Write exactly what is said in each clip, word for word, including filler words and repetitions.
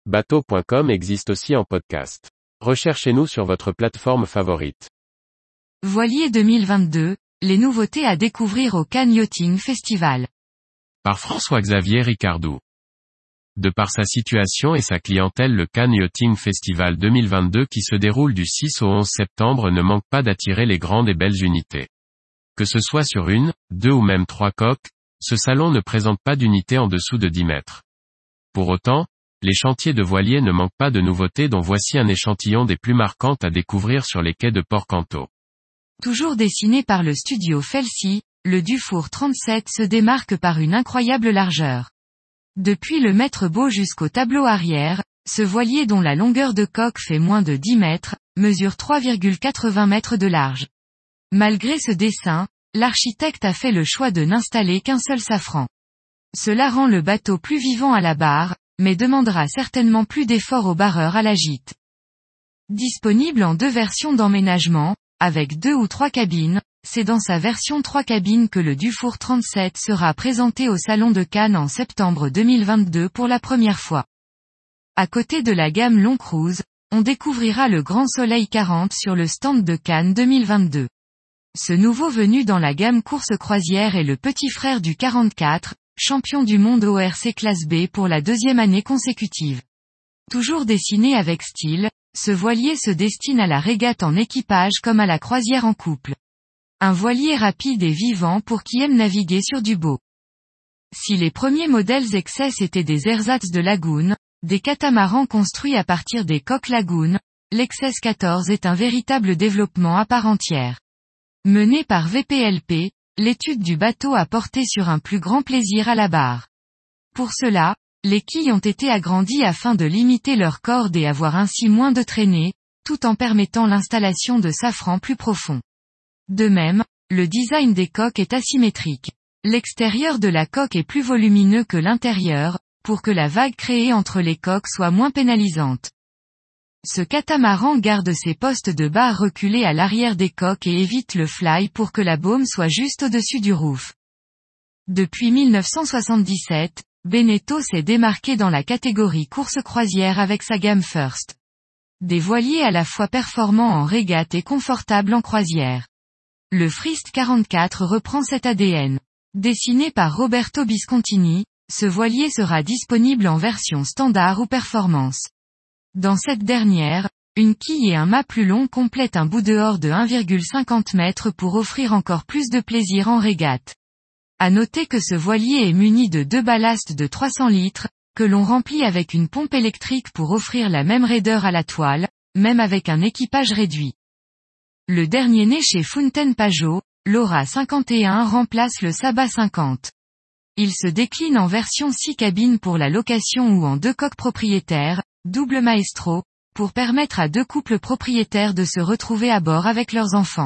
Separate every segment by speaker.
Speaker 1: bateau point com existe aussi en podcast. Recherchez-nous sur votre plateforme favorite.
Speaker 2: Voilier deux mille vingt-deux, les nouveautés à découvrir au Cannes Yachting Festival.
Speaker 3: Par François-Xavier Ricardou. De par sa situation et sa clientèle, le Cannes Yachting Festival deux mille vingt-deux qui se déroule du six au onze septembre ne manque pas d'attirer les grandes et belles unités. Que ce soit sur une, deux ou même trois coques, ce salon ne présente pas d'unité en dessous de dix mètres. Pour autant, les chantiers de voiliers ne manquent pas de nouveautés dont voici un échantillon des plus marquantes à découvrir sur les quais de Port-Canto.
Speaker 2: Toujours dessiné par le studio Felsi, le Dufour trente-sept se démarque par une incroyable largeur. Depuis le maître-bau jusqu'au tableau arrière, ce voilier dont la longueur de coque fait moins de dix mètres, mesure trois virgule quatre-vingts mètres de large. Malgré ce dessin, l'architecte a fait le choix de n'installer qu'un seul safran. Cela rend le bateau plus vivant à la barre, mais demandera certainement plus d'efforts au barreur à la gîte. Disponible en deux versions d'emménagement, avec deux ou trois cabines, c'est dans sa version trois cabines que le Dufour trente-sept sera présenté au Salon de Cannes en septembre deux mille vingt-deux pour la première fois. À côté de la gamme Long Cruise, on découvrira le Grand Soleil quarante sur le stand de Cannes deux mille vingt-deux. Ce nouveau venu dans la gamme course croisière est le petit frère du quarante-quatre, champion du monde O R C classe B pour la deuxième année consécutive. Toujours dessiné avec style, ce voilier se destine à la régate en équipage comme à la croisière en couple. Un voilier rapide et vivant pour qui aime naviguer sur du beau. Si les premiers modèles Excess étaient des ersatz de Lagoon, des catamarans construits à partir des coques Lagoon, l'Excess quatorze est un véritable développement à part entière. Mené par V P L P, l'étude du bateau a porté sur un plus grand plaisir à la barre. Pour cela, les quilles ont été agrandies afin de limiter leur corde et avoir ainsi moins de traînée, tout en permettant l'installation de safran plus profond. De même, le design des coques est asymétrique. L'extérieur de la coque est plus volumineux que l'intérieur, pour que la vague créée entre les coques soit moins pénalisante. Ce catamaran garde ses postes de barre reculés à l'arrière des coques et évite le fly pour que la baume soit juste au-dessus du roof. Depuis mille neuf cent soixante-dix-sept, Beneteau s'est démarqué dans la catégorie course croisière avec sa gamme First. Des voiliers à la fois performants en régate et confortables en croisière. Le Frist quarante-quatre reprend cet A D N. Dessiné par Roberto Biscontini, ce voilier sera disponible en version standard ou performance. Dans cette dernière, une quille et un mât plus long complètent un bout dehors de un virgule cinquante mètres pour offrir encore plus de plaisir en régate. À noter que ce voilier est muni de deux ballasts de trois cents litres, que l'on remplit avec une pompe électrique pour offrir la même raideur à la toile, même avec un équipage réduit. Le dernier né chez Fountaine Pajot, l'Aura cinquante et un remplace le Saba cinquante. Il se décline en version six cabines pour la location ou en deux coques propriétaires, double maestro, pour permettre à deux couples propriétaires de se retrouver à bord avec leurs enfants.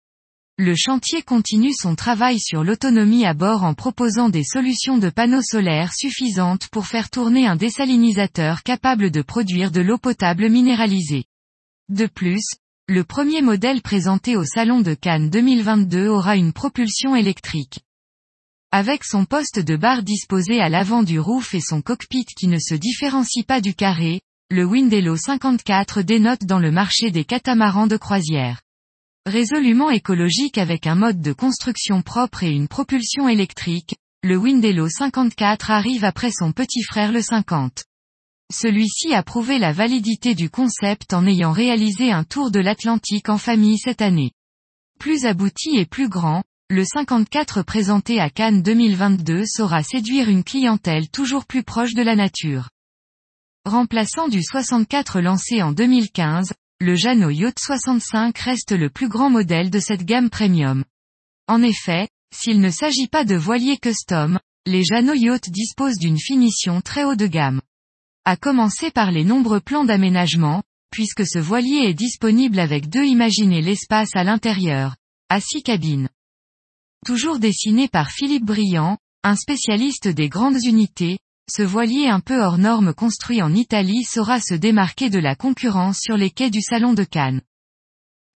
Speaker 2: Le chantier continue son travail sur l'autonomie à bord en proposant des solutions de panneaux solaires suffisantes pour faire tourner un désalinisateur capable de produire de l'eau potable minéralisée. De plus, le premier modèle présenté au Salon de Cannes deux mille vingt-deux aura une propulsion électrique. Avec son poste de barre disposé à l'avant du roof et son cockpit qui ne se différencie pas du carré, le Windello cinquante-quatre dénote dans le marché des catamarans de croisière. Résolument écologique avec un mode de construction propre et une propulsion électrique, le Windello cinquante-quatre arrive après son petit frère le cinquante. Celui-ci a prouvé la validité du concept en ayant réalisé un tour de l'Atlantique en famille cette année. Plus abouti et plus grand, le cinquante-quatre présenté à Cannes deux mille vingt-deux saura séduire une clientèle toujours plus proche de la nature. Remplaçant du soixante-quatre lancé en deux mille quinze, le Jeannot Yacht soixante-cinq reste le plus grand modèle de cette gamme premium. En effet, s'il ne s'agit pas de voiliers custom, les Jeannot Yacht disposent d'une finition très haut de gamme. À commencer par les nombreux plans d'aménagement, puisque ce voilier est disponible avec deux imaginez l'espace à l'intérieur, à six cabines. Toujours dessiné par Philippe Briand, un spécialiste des grandes unités, ce voilier un peu hors norme construit en Italie saura se démarquer de la concurrence sur les quais du Salon de Cannes.